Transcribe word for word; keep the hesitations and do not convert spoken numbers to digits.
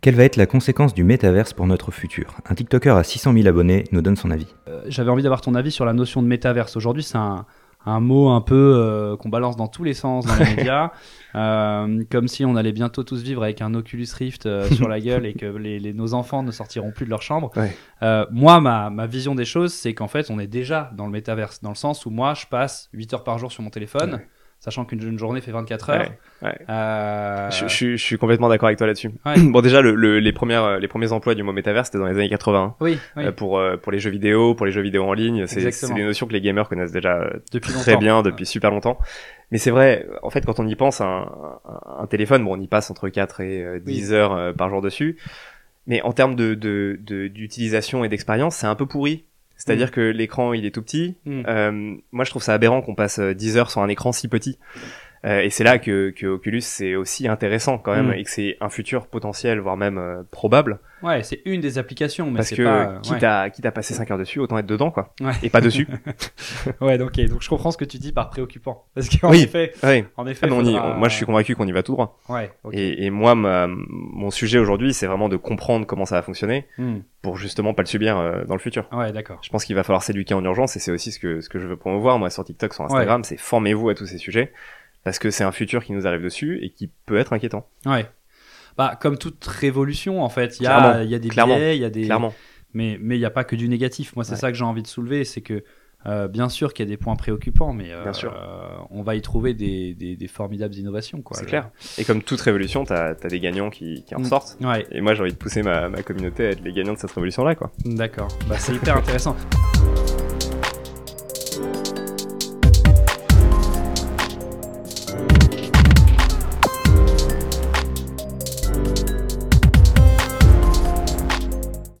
Quelle va être la conséquence du métaverse pour notre futur? Un TikToker à six cent mille abonnés nous donne son avis. Euh, J'avais envie d'avoir ton avis sur la notion de métaverse. Aujourd'hui, c'est un, un mot un peu euh, qu'on balance dans tous les sens dans les médias, euh, comme si on allait bientôt tous vivre avec un Oculus Rift euh, sur la gueule et que les, les, nos enfants ne sortiront plus de leur chambre. Ouais. Euh, moi, ma, ma vision des choses, c'est qu'en fait, on est déjà dans le métaverse, dans le sens où moi, je passe huit heures par jour sur mon téléphone. Ouais. Sachant qu'une une journée fait vingt-quatre heures. Ouais, ouais. Euh... Je, je, je suis complètement d'accord avec toi là-dessus. Ouais. Bon, déjà, le, le, les premières, les premiers emplois du mot métavers, c'était dans les années quatre-vingts. Oui, oui. Euh, pour, euh, pour les jeux vidéo, pour les jeux vidéo en ligne. C'est, c'est des notions que les gamers connaissent déjà depuis très longtemps. bien, depuis ouais. super longtemps. Mais c'est vrai, en fait, quand on y pense, un, un, un téléphone, bon, on y passe entre quatre et euh, dix oui. heures euh, par jour dessus. Mais en termes de, de, de, d'utilisation et d'expérience, c'est un peu pourri. C'est-à-dire mmh. que l'écran, il est tout petit. Mmh. Euh, moi, je trouve ça aberrant qu'on passe dix heures sur un écran si petit. Euh, et c'est là que, que Oculus c'est aussi intéressant quand même mmh. et que c'est un futur potentiel voire même euh, probable. Ouais, c'est une des applications, mais parce c'est que pas, quitte ouais. à quitte à passer cinq heures dessus, autant être dedans quoi, ouais. et pas dessus. ouais, donc okay, donc je comprends ce que tu dis par préoccupant, parce qu'en oui, effet, oui. en effet, ah, mais on faudra... y, on, moi je suis convaincu qu'on y va tout droit. Ouais. Okay. Et, et moi, ma, mon sujet aujourd'hui, c'est vraiment de comprendre comment ça va fonctionner mmh. pour justement pas le subir euh, dans le futur. Ouais, d'accord. Je pense qu'il va falloir s'éduquer en urgence et c'est aussi ce que ce que je veux promouvoir moi sur TikTok, sur Instagram, ouais. c'est formez-vous à tous ces sujets. Parce que c'est un futur qui nous arrive dessus et qui peut être inquiétant. Ouais. Bah, comme toute révolution, en fait, il y a, il y a des biais, il y a des, clairement. mais, mais il n'y a pas que du négatif. Moi, c'est ouais. ça que j'ai envie de soulever, c'est que, euh, bien sûr qu'il y a des points préoccupants, mais, euh, bien sûr. Euh, on va y trouver des, des, des formidables innovations, quoi. C'est clair. Et comme toute révolution, t'as, t'as des gagnants qui, qui en sortent. Ouais. Et moi, j'ai envie de pousser ma, ma communauté à être les gagnants de cette révolution-là, quoi. D'accord. Bah, c'est hyper intéressant.